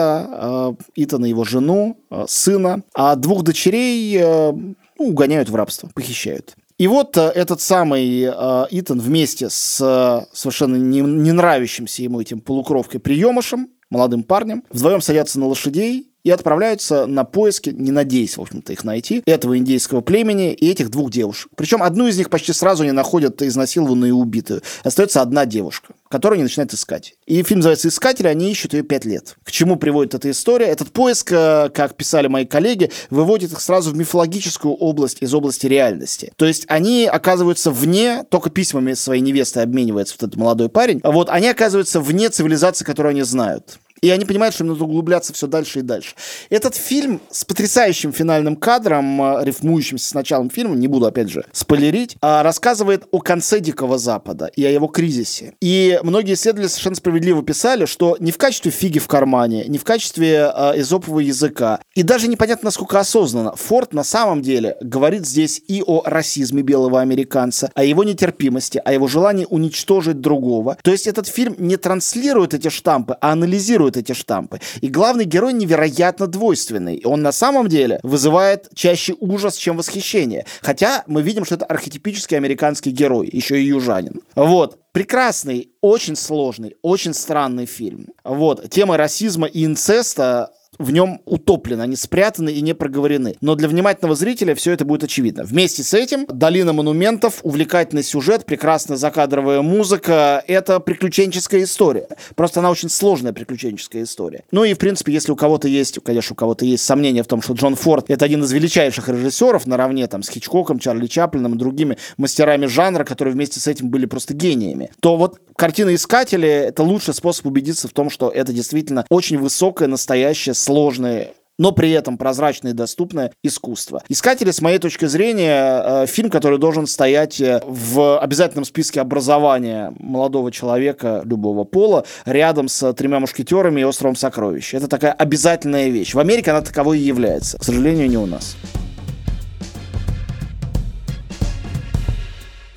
брата Итана, его жену, сына, а двух дочерей угоняют в рабство, похищают. И вот этот самый Итан вместе с совершенно не нравящимся ему этим полукровкой-приемышем, молодым парнем, вдвоем садятся на лошадей и отправляются на поиски, не надеясь, в общем-то, их найти, этого индейского племени и этих двух девушек. Причем одну из них почти сразу не находят изнасилованную и убитую. Остается одна девушка, которую они начинают искать. И фильм называется «Искатели», они ищут ее 5 лет. К чему приводит эта история? Этот поиск, как писали мои коллеги, выводит их сразу в мифологическую область из области реальности. То есть они оказываются вне, только письмами своей невесты обменивается вот этот молодой парень, вот они оказываются вне цивилизации, которую они знают. И они понимают, что им нужно углубляться все дальше и дальше. Этот фильм с потрясающим финальным кадром, рифмующимся с началом фильма, не буду, опять же, спойлерить, рассказывает о конце Дикого Запада и о его кризисе. И многие исследователи совершенно справедливо писали, что не в качестве фиги в кармане, не в качестве эзопового языка, и даже непонятно, насколько осознанно, Форд на самом деле говорит здесь и о расизме белого американца, о его нетерпимости, о его желании уничтожить другого. То есть этот фильм не транслирует эти штампы, а анализирует эти штампы. И главный герой невероятно двойственный. Он на самом деле вызывает чаще ужас, чем восхищение. Хотя мы видим, что это архетипический американский герой, еще и южанин. Вот. Прекрасный, очень сложный, очень странный фильм. Вот. Темы расизма и инцеста в нем утоплены, они спрятаны и не проговорены. Но для внимательного зрителя все это будет очевидно. Вместе с этим долина монументов, увлекательный сюжет, прекрасная закадровая музыка — это приключенческая история. Просто она очень сложная приключенческая история. Ну и, в принципе, если у кого-то есть, конечно, у кого-то есть сомнения в том, что Джон Форд — это один из величайших режиссеров наравне там с Хичкоком, Чарли Чаплином и другими мастерами жанра, которые вместе с этим были просто гениями, то вот картина «Искатели» — это лучший способ убедиться в том, что это действительно очень высокое, настоящее, сложное, но при этом прозрачное и доступное искусство. «Искатели», с моей точки зрения, фильм, который должен стоять в обязательном списке образования молодого человека любого пола рядом с «Тремя мушкетерами» и «Островом сокровищ». Это такая обязательная вещь. В Америке она таковой и является. К сожалению, не у нас.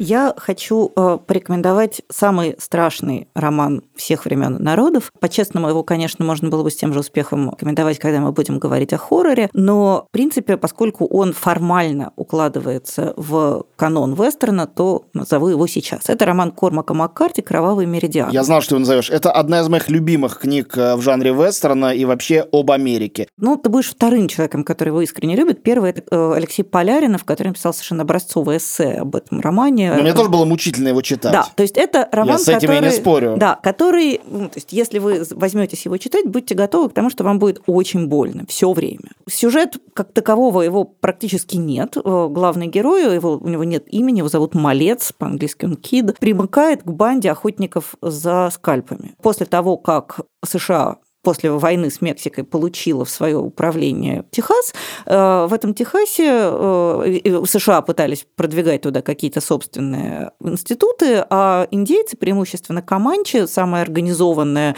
Я хочу порекомендовать самый страшный роман всех времен и народов. По-честному, его, конечно, можно было бы с тем же успехом рекомендовать, когда мы будем говорить о хорроре, но, в принципе, поскольку он формально укладывается в канон вестерна, то назову его сейчас. Это роман Кормака Маккарти «Кровавый меридиан». Я знал, что его назовешь. Это одна из моих любимых книг в жанре вестерна и вообще об Америке. Ну, ты будешь вторым человеком, который его искренне любит. Первый – это Алексей Поляринов, который написал совершенно образцовое эссе об этом романе. Но мне тоже было мучительно его читать. Да, то есть это роман, я с этим и не спорю. Да, который, то есть если вы возьметесь его читать, будьте готовы к тому, что вам будет очень больно все время. Сюжет как такового его практически нет. Главный герой, у него нет имени, его зовут Малец, по-английски он Кид, примыкает к банде охотников за скальпами. После того, как США после войны с Мексикой получила в свое управление Техас. В этом Техасе США пытались продвигать туда какие-то собственные институты, а индейцы, преимущественно команчи, самая организованная,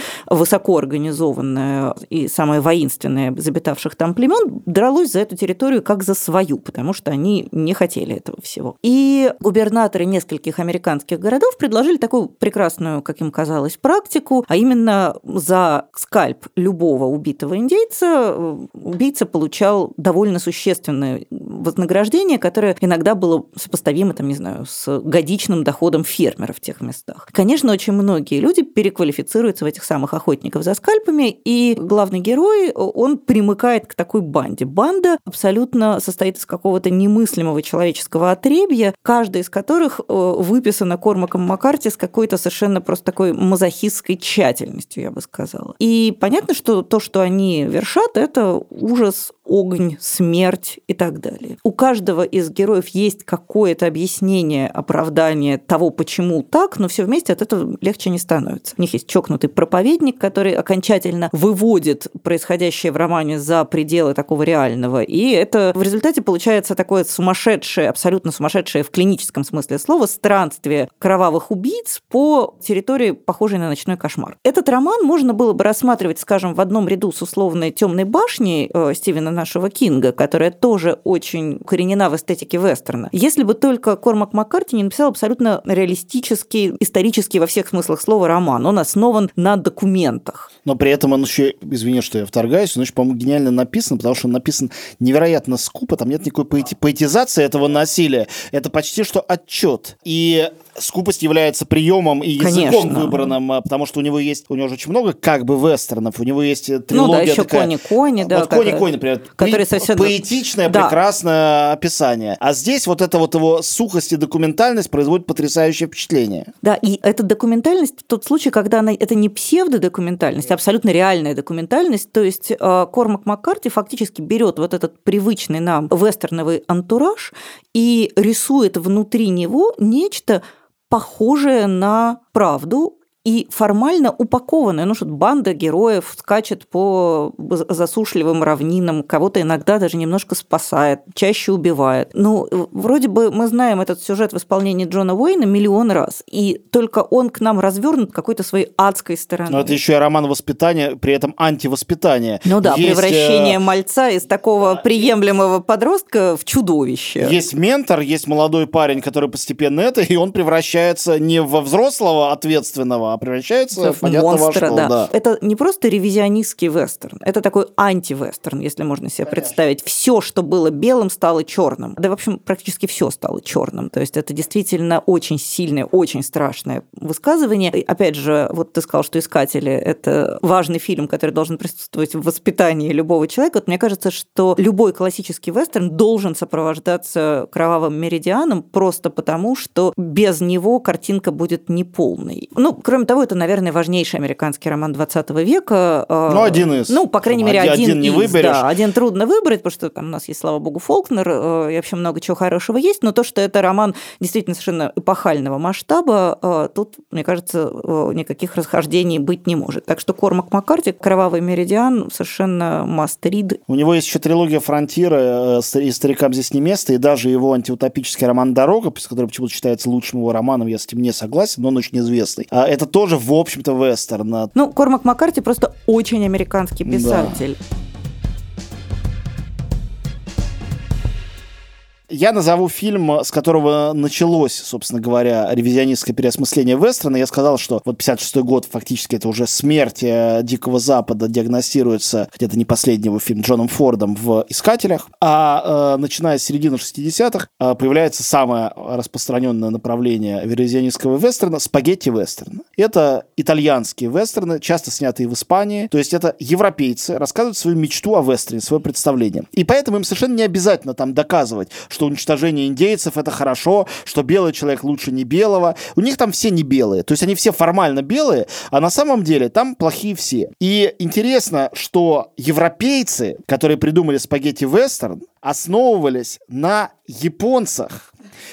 высокоорганизованная и самая воинственная из обитавших там племен, дралось за эту территорию как за свою, потому что они не хотели этого всего. И губернаторы нескольких американских городов предложили такую прекрасную, как им казалось, практику, а именно за скальп любого убитого индейца убийца получал довольно существенное вознаграждение, которое иногда было сопоставимо, там, не знаю, с годичным доходом фермера в тех местах. Конечно, очень многие люди переквалифицируются в этих самых охотников за скальпами, и главный герой, он примыкает к такой банде. Банда абсолютно состоит из какого-то немыслимого человеческого отребья, каждая из которых выписана Кормаком Маккарти с какой-то совершенно просто такой мазохистской тщательностью, я бы сказала. И понятно, что то, что они вершат, это ужас, огонь, смерть и так далее. У каждого из героев есть какое-то объяснение, оправдание того, почему так, но все вместе от этого легче не становится. У них есть чокнутый проповедник, который окончательно выводит происходящее в романе за пределы такого реального, и это в результате получается такое сумасшедшее, абсолютно сумасшедшее в клиническом смысле слова странствие кровавых убийц по территории, похожей на ночной кошмар. Этот роман можно было бы рассматривать, скажем, в одном ряду с условной «Темной башней» Стивена нашего Кинга, которая тоже очень укоренена в эстетике вестерна. Если бы только Кормак Маккарти не написал абсолютно реалистический, исторический во всех смыслах слова роман. Он основан на документах. Но при этом он еще, извини, что я вторгаюсь, он еще, по-моему, гениально написан, потому что он написан невероятно скупо, там нет никакой поэтизации этого насилия. Это почти что отчет. И скупость является приемом и языком выбранным, потому что у него же очень много как бы вестернов, у него есть трилогия. Ну да, еще такая, «Кони-кони», да. Вот «Кони-кони», например, совершенно... поэтичное, да, прекрасное описание. А здесь вот эта вот его сухость и документальность производит потрясающее впечатление. Да, и эта документальность в тот случай, когда это не псевдодокументальность, а абсолютно реальная документальность, то есть Кормак Маккарти фактически берет вот этот привычный нам вестерновый антураж и рисует внутри него нечто похожее на правду, и формально упакованная, что банда героев скачет по засушливым равнинам, кого-то иногда даже немножко спасает, чаще убивает. Ну, вроде бы мы знаем этот сюжет в исполнении Джона Уэйна миллион раз, и только он к нам развернут какой-то своей адской стороной. Но это еще и роман воспитания, при этом антивоспитание. Ну да, есть... превращение мальца из такого приемлемого подростка в чудовище. Есть ментор, есть молодой парень, который постепенно и он превращается не во взрослого ответственного, превращается в монстра, да. Это не просто ревизионистский вестерн, это такой антивестерн, если можно себе представить. Все, что было белым, стало черным. Да, в общем, практически все стало черным. То есть это действительно очень сильное, очень страшное высказывание. И опять же, вот ты сказал, что «Искатели» — это важный фильм, который должен присутствовать в воспитании любого человека. Вот мне кажется, что любой классический вестерн должен сопровождаться кровавым меридианом просто потому, что без него картинка будет неполной. Ну, кроме того, это, наверное, важнейший американский роман 20 века. Ну, один из. Ну, по крайней мере, один не из. Выберешь. Да, один трудно выбрать, потому что там у нас есть, слава богу, Фолкнер, и вообще много чего хорошего есть, но то, что это роман действительно совершенно эпохального масштаба, тут, мне кажется, никаких расхождений быть не может. Так что Кормак Маккарти, «Кровавый меридиан» совершенно must read. У него есть еще трилогия «Фронтира», и «Старикам здесь не место», и даже его антиутопический роман «Дорога», который почему-то считается лучшим его романом, я с этим не согласен, но он очень известный. Это тоже, в общем-то, вестерн. Ну, Кормак Маккарти просто очень американский писатель. Да. Я назову фильм, с которого началось, собственно говоря, ревизионистское переосмысление вестерна. Я сказал, что вот 56-й год фактически это уже смерть Дикого Запада диагностируется, хотя это не последний его фильм, Джоном Фордом в «Искателях». А начиная с середины 60-х появляется самое распространенное направление ревизионистского вестерна — спагетти-вестерн. Это итальянские вестерны, часто снятые в Испании. То есть это европейцы рассказывают свою мечту о вестерне, свое представление. И поэтому им совершенно не обязательно там доказывать, что уничтожение индейцев — это хорошо, что белый человек лучше не белого. У них там все не белые. То есть они все формально белые, а на самом деле там плохие все. И интересно, что европейцы, которые придумали спагетти-вестерн, основывались на японцах,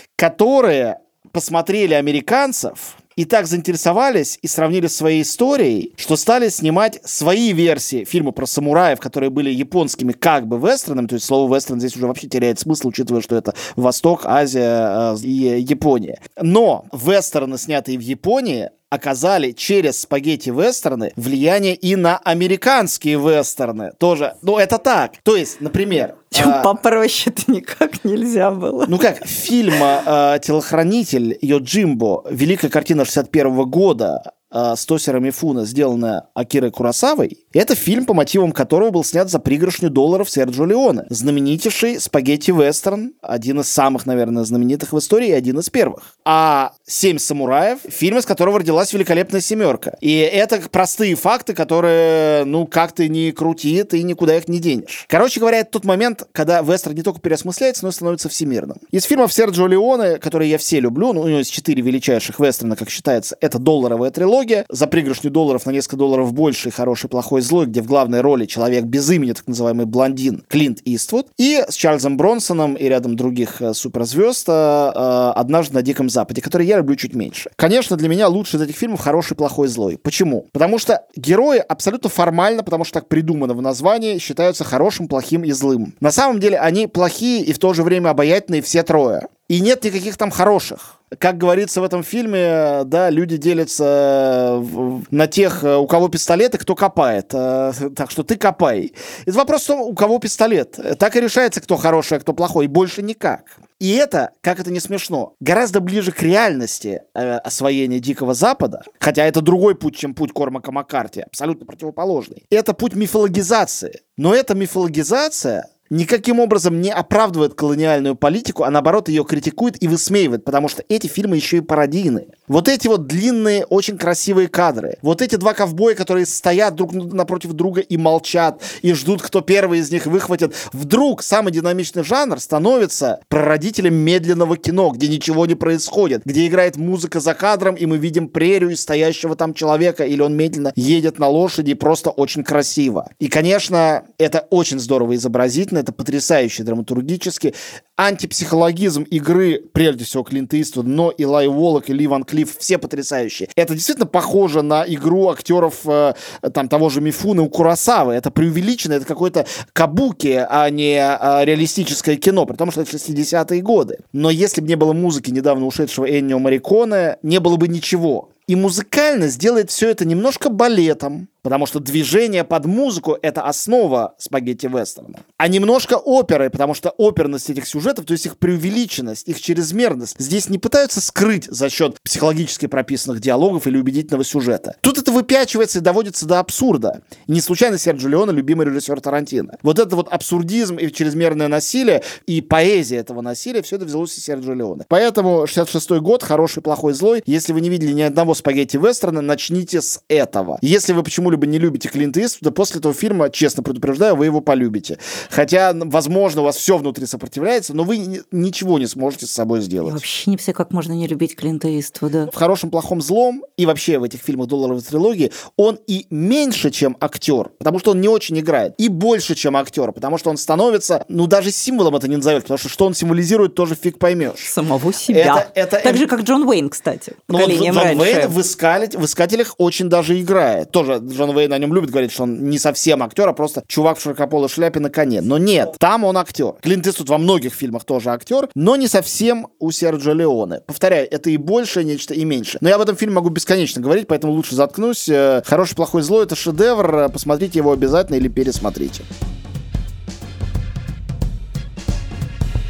которые посмотрели американцев и так заинтересовались и сравнили с своей историей, что стали снимать свои версии фильма про самураев, которые были японскими как бы вестернами. То есть слово вестерн здесь уже вообще теряет смысл, учитывая, что это Восток, Азия и Япония. Но вестерны, снятые в Японии, оказали через спагетти-вестерны влияние и на американские вестерны. Тоже, это так. То есть, например... Попроще-то никак нельзя было. Фильм «Телохранитель» Йоджимбо, великая картина 61 года, с Тосиро Мифуне, сделанная Акирой Куросавой, это фильм, по мотивам которого был снят за пригоршню долларов Серджио Леоне. Знаменитейший спагетти-вестерн, один из самых, наверное, знаменитых в истории и один из первых. А «Семь самураев» — фильм, из которого родилась «Великолепная семерка». И это простые факты, которые, как ты ни крути, ты никуда их не денешь. Короче говоря, это тот момент, когда вестерн не только переосмысляется, но и становится всемирным. Из фильмов Серджио Леоне, которые я все люблю, у него есть 4 величайших вестерна, как считается, это «Долларовая трилогия», за пригоршню долларов на несколько долларов больше, «Хороший, плохой, злой», где в главной роли человек без имени, так называемый блондин Клинт Иствуд, и с Чарльзом Бронсоном и рядом других суперзвезд «Однажды на Диком Западе», который я люблю чуть меньше. Конечно, для меня лучший из этих фильмов «Хороший, плохой, злой». Почему? Потому что герои абсолютно формально, потому что так придумано в названии, считаются хорошим, плохим и злым. На самом деле они плохие и в то же время обаятельные все трое. И нет никаких там хороших. Как говорится в этом фильме, люди делятся на тех, у кого пистолет, и кто копает. Так что ты копай. Это вопрос в том, у кого пистолет. Так и решается, кто хороший, а кто плохой. И больше никак. И это, как это не смешно, гораздо ближе к реальности освоения Дикого Запада, хотя это другой путь, чем путь Кормака Маккарти, абсолютно противоположный. Это путь мифологизации. Но эта мифологизация никаким образом не оправдывает колониальную политику, а наоборот ее критикует и высмеивает, потому что эти фильмы еще и пародийные. Вот эти вот длинные, очень красивые кадры, вот эти два ковбоя, которые стоят друг напротив друга и молчат, и ждут, кто первый из них выхватит. Вдруг самый динамичный жанр становится прародителем медленного кино, где ничего не происходит, где играет музыка за кадром, и мы видим прерию стоящего там человека, или он медленно едет на лошади, просто очень красиво. И, конечно, это очень здорово изобразительно, это потрясающе драматургически. Антипсихологизм игры, прежде всего, Клинта Иствуда, но и Элай Уоллок, и Ли Ван Клифф, все потрясающие. Это действительно похоже на игру актеров того же Мифуне у Куросавы. Это преувеличено, это какое-то кабуки, а не реалистическое кино, при том, что это 60-е годы. Но если бы не было музыки недавно ушедшего Эннио Морриконе, не было бы ничего. И музыкальность делает все это немножко балетом, потому что движение под музыку — это основа спагетти-вестерна. А немножко оперой, потому что оперность этих сюжетов, то есть их преувеличенность, их чрезмерность, здесь не пытаются скрыть за счет психологически прописанных диалогов или убедительного сюжета. Тут это выпячивается и доводится до абсурда. И не случайно Серджио Леоне — любимый режиссер Тарантино. Вот это вот абсурдизм и чрезмерное насилие, и поэзия этого насилия, все это взялось из Серджио Леоне. Поэтому 66-й год, «Хороший, плохой, злой». Если вы не видели ни одного спагетти-вестерна, начните с этого. Если вы почему-либо не любите Клинта Иствуда, после этого фильма, честно предупреждаю, вы его полюбите. Хотя, возможно, у вас все внутри сопротивляется, но вы ничего не сможете с собой сделать. Я вообще не представляю, как можно не любить Клинта Иствуда. В «Хорошем, плохом, злом» и вообще в этих фильмах «Долларовой трилогии» он и меньше, чем актер, потому что он не очень играет, и больше, чем актер, потому что он становится, даже символом это не назовешь, потому что он символизирует, тоже фиг поймешь. Самого себя. Так же, как Джон Уэйн, кстати. Джон Уэйн в «Искателях» очень даже играет. Тоже Джон Уэйн о нем любит говорить, что он не совсем актер, а просто чувак в широкополой шляпе на коне. Но нет, там он актер. Клинт Иствуд во многих фильмах тоже актер, но не совсем у Серджио Леоне. Повторяю, это и большее нечто, и меньше. Но я об этом фильме могу бесконечно говорить, поэтому лучше заткнусь. «Хороший, плохой, злой» — это шедевр. Посмотрите его обязательно или пересмотрите.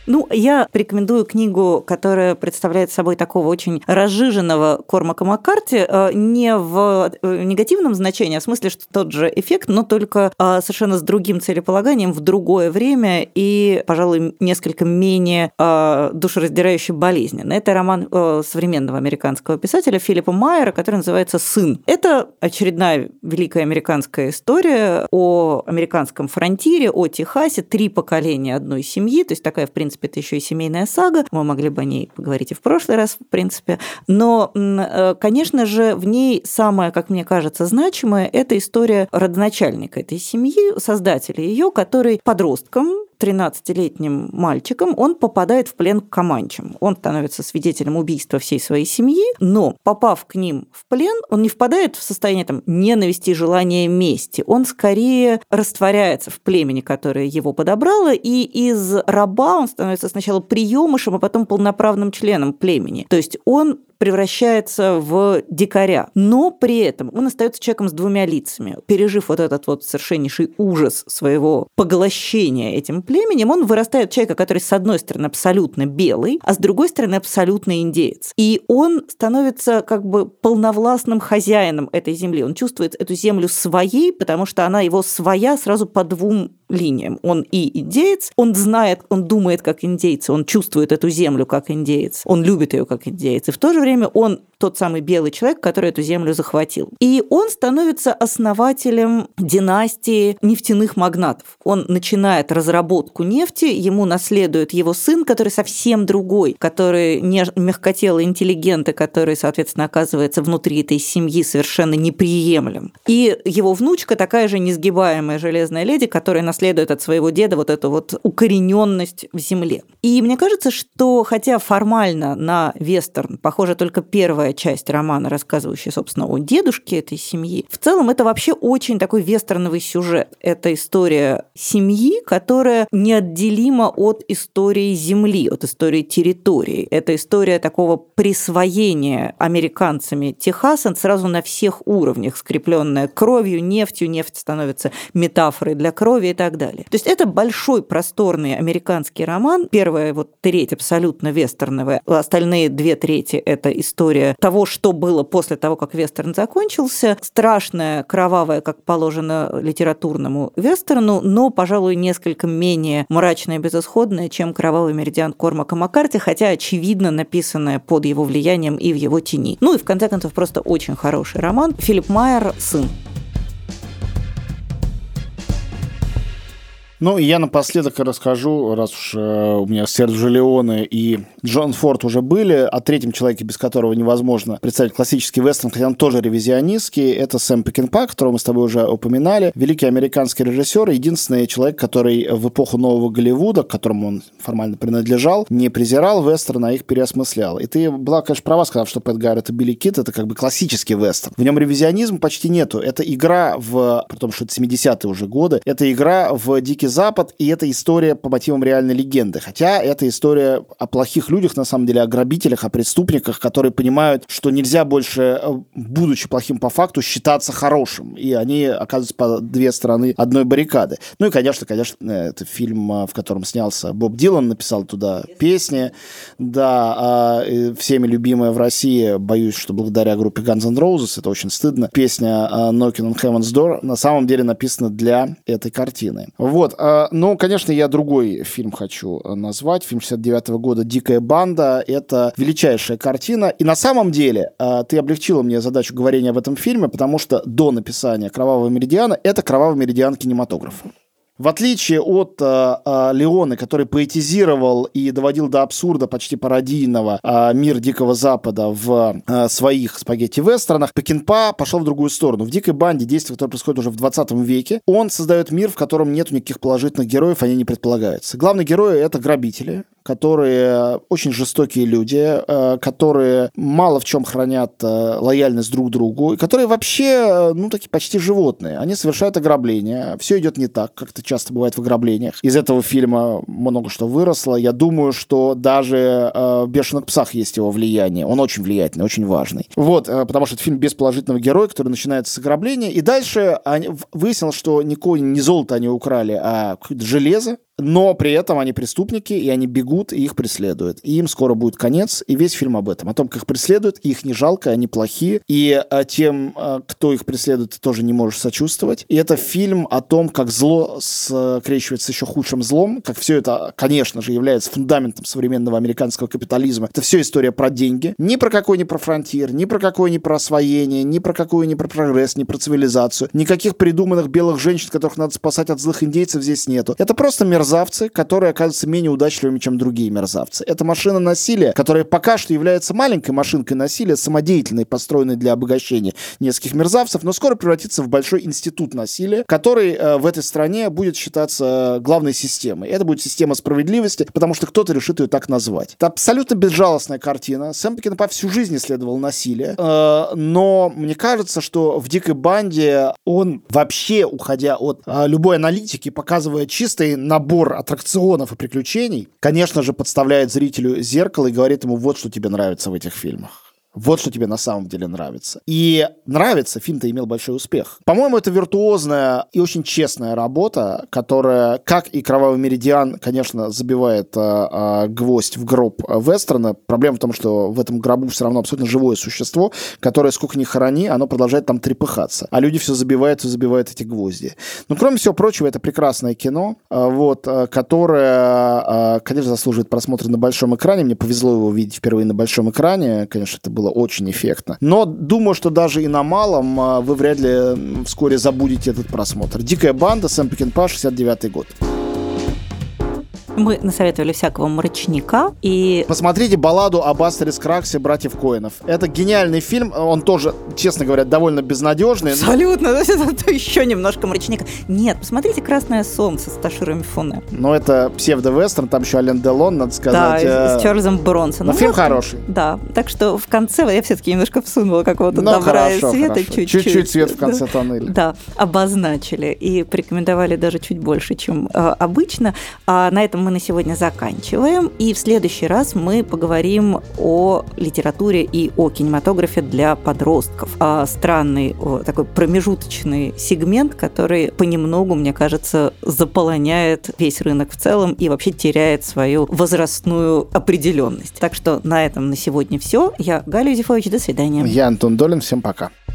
Я рекомендую книгу, которая представляет собой такого очень разжиженного Кормака Маккарти, не в негативном значении, а в смысле, что тот же эффект, но только совершенно с другим целеполаганием в другое время и, пожалуй, несколько менее душераздирающе болезненно. Это роман современного американского писателя Филиппа Майера, который называется «Сын». Это очередная великая американская история о американском фронтире, о Техасе, 3 поколения одной семьи, то есть такая, в принципе, это еще и семейная сага. Мы могли бы о ней поговорить и в прошлый раз, в принципе. Но, конечно же, в ней самое, как мне кажется, значимое – это история родоначальника этой семьи, создателя ее, который подростком, 13-летним мальчиком, он попадает в плен к команчам. Он становится свидетелем убийства всей своей семьи, но, попав к ним в плен, он не впадает в состояние ненависти и желания мести. Он скорее растворяется в племени, которое его подобрало, и из раба он становится сначала приемышем, а потом полноправным членом племени. То есть он превращается в дикаря. Но при этом он остается человеком с 2 лицами. Пережив вот этот совершеннейший ужас своего поглощения этим племенем, он вырастает в человека, который, с одной стороны, абсолютно белый, а с другой стороны, абсолютно индеец. И он становится полновластным хозяином этой земли. Он чувствует эту землю своей, потому что она его своя сразу по 2 линиям. Он и индеец, он знает, он думает как индейцы, он чувствует эту землю как индеец, он любит ее как индеец. И в то же время он тот самый белый человек, который эту землю захватил. И он становится основателем династии нефтяных магнатов. Он начинает разработку нефти, ему наследует его сын, который совсем другой, который не мягкотелый интеллигент, и который, соответственно, оказывается внутри этой семьи совершенно неприемлем. И его внучка такая же несгибаемая железная леди, которая наследует от своего деда эту укорененность в земле. И мне кажется, что хотя формально на вестерн похожа только первая часть романа, рассказывающая, собственно, о дедушке этой семьи, в целом это вообще очень такой вестерновый сюжет. Это история семьи, которая неотделима от истории земли, от истории территории. Это история такого присвоения американцами Техаса сразу на всех уровнях, скрепленная кровью, нефтью. Нефть становится метафорой для крови и так далее. То есть это большой, просторный американский роман. Первая треть абсолютно вестерновая, остальные 2/3 – это история того, что было после того, как вестерн закончился. Страшная, кровавая, как положено литературному вестерну, но, пожалуй, несколько менее мрачная и безысходная, чем «Кровавый меридиан» Кормака Маккарти, хотя, очевидно, написанная под его влиянием и в его тени. И, в конце концов, просто очень хороший роман. Филипп Майер «Сын». И я напоследок расскажу, раз уж у меня Серджио Леоне и Джон Форд уже были, о третьем человеке, без которого невозможно представить классический вестерн, хотя он тоже ревизионистский, это Сэм Пекинпа, которого мы с тобой уже упоминали. Великий американский режиссер, единственный человек, который в эпоху нового Голливуда, к которому он формально принадлежал, не презирал вестерн, а их переосмыслял. И ты была, конечно, права, сказав, что Пэт Гарретт и Билли Кид — это классический вестерн. В нем ревизионизма почти нету. Это игра при том, что это 70-е уже годы, это игра в Дикий Запад, и это история по мотивам реальной легенды. Хотя это история о плохих людях, на самом деле, о грабителях, о преступниках, которые понимают, что нельзя больше, будучи плохим по факту, считаться хорошим. И они оказываются по 2 стороны одной баррикады. И, конечно, это фильм, в котором снялся Боб Дилан, написал туда песни. Да, всеми любимая в России, боюсь, что благодаря группе Guns N' Roses, это очень стыдно, песня Knocking on Heaven's Door на самом деле написана для этой картины. Конечно, я другой фильм хочу назвать. Фильм 69-го года «Дикая банда». Это величайшая картина. И на самом деле ты облегчила мне задачу говорения об этом фильме, потому что до написания «Кровавого меридиана» это «Кровавый меридиан» кинематографа. В отличие от Леоне, который поэтизировал и доводил до абсурда почти пародийного мир Дикого Запада в своих спагетти-вестернах, Пекинпа пошел в другую сторону. В «Дикой банде», действие, которое происходит уже в 20 веке, он создает мир, в котором нет никаких положительных героев, они не предполагаются. Главные герои — это грабители, которые очень жестокие люди, которые мало в чем хранят лояльность друг другу, и которые вообще, такие почти животные. Они совершают ограбление, все идет не так, как это часто бывает в ограблениях. Из этого фильма много что выросло. Я думаю, что даже в «Бешеных псах» есть его влияние. Он очень влиятельный, очень важный. Потому что это фильм без положительного героя, который начинается с ограбления, и дальше выяснилось, что никакое не золото они украли, а какое-то железо. но при этом они преступники, и они бегут, и их преследуют. И им скоро будет конец, и весь фильм об этом. О том, как их преследуют, и их не жалко, они плохие, и тем, кто их преследует, ты тоже не можешь сочувствовать. И это фильм о том, как зло скрещивается с еще худшим злом, как все это, конечно же, является фундаментом современного американского капитализма. Это все история про деньги. Ни про какой не про фронтир, ни про какое не про освоение, ни про какой не про прогресс, ни про цивилизацию. Никаких придуманных белых женщин, которых надо спасать от злых индейцев, здесь нету. Это просто мерзавцы, которые оказываются менее удачливыми, чем другие мерзавцы. Это машина насилия, которая пока что является маленькой машинкой насилия, самодеятельной, построенной для обогащения нескольких мерзавцев, но скоро превратится в большой институт насилия, который в этой стране будет считаться главной системой. Это будет система справедливости, потому что кто-то решит ее так назвать. Это абсолютно безжалостная картина. Сэм Пекинпа всю жизнь исследовал насилие, но мне кажется, что в «Дикой банде» он вообще, уходя от любой аналитики, показывая чистый набор аттракционов и приключений, конечно же, подставляет зрителю зеркало и говорит ему: вот что тебе нравится в этих фильмах. Вот что тебе на самом деле нравится. И нравится, фильм-то имел большой успех. По-моему, это виртуозная и очень честная работа, которая, как и «Кровавый меридиан», конечно, забивает гвоздь в гроб вестерна. Проблема в том, что в этом гробу все равно абсолютно живое существо, которое, сколько ни хорони, оно продолжает там трепыхаться. А люди все забивают и забивают эти гвозди. Но, кроме всего прочего, это прекрасное кино, которое, конечно, заслуживает просмотра на большом экране. Мне повезло его видеть впервые на большом экране. Конечно, это было очень эффектно. Но думаю, что даже и на малом вы вряд ли вскоре забудете этот просмотр. «Дикая банда», Сэм Пекинпа, 69-й год. Мы насоветовали всякого мрачника. И посмотрите «Балладу об Астерис Краксе» братьев Коэнов. Это гениальный фильм. Он тоже, честно говоря, довольно безнадежный. Абсолютно. Это еще немножко мрачника. Нет, посмотрите «Красное солнце» с Таширо Мифуне. Но это псевдо-вестерн. Там еще Ален Делон, надо сказать. Да, с Чарльзом Бронсоном. Но фильм хороший. Да. Так что в конце я все-таки немножко всунула какого-то добра и света. Чуть-чуть свет в конце тоннеля. Да, обозначили и порекомендовали даже чуть больше, чем обычно. А на этом мы на сегодня заканчиваем. И в следующий раз мы поговорим о литературе и о кинематографе для подростков. Странный такой промежуточный сегмент, который понемногу, мне кажется, заполоняет весь рынок в целом и вообще теряет свою возрастную определенность. Так что на этом на сегодня все. Я Галя Юзефович. До свидания. Я Антон Долин. Всем пока.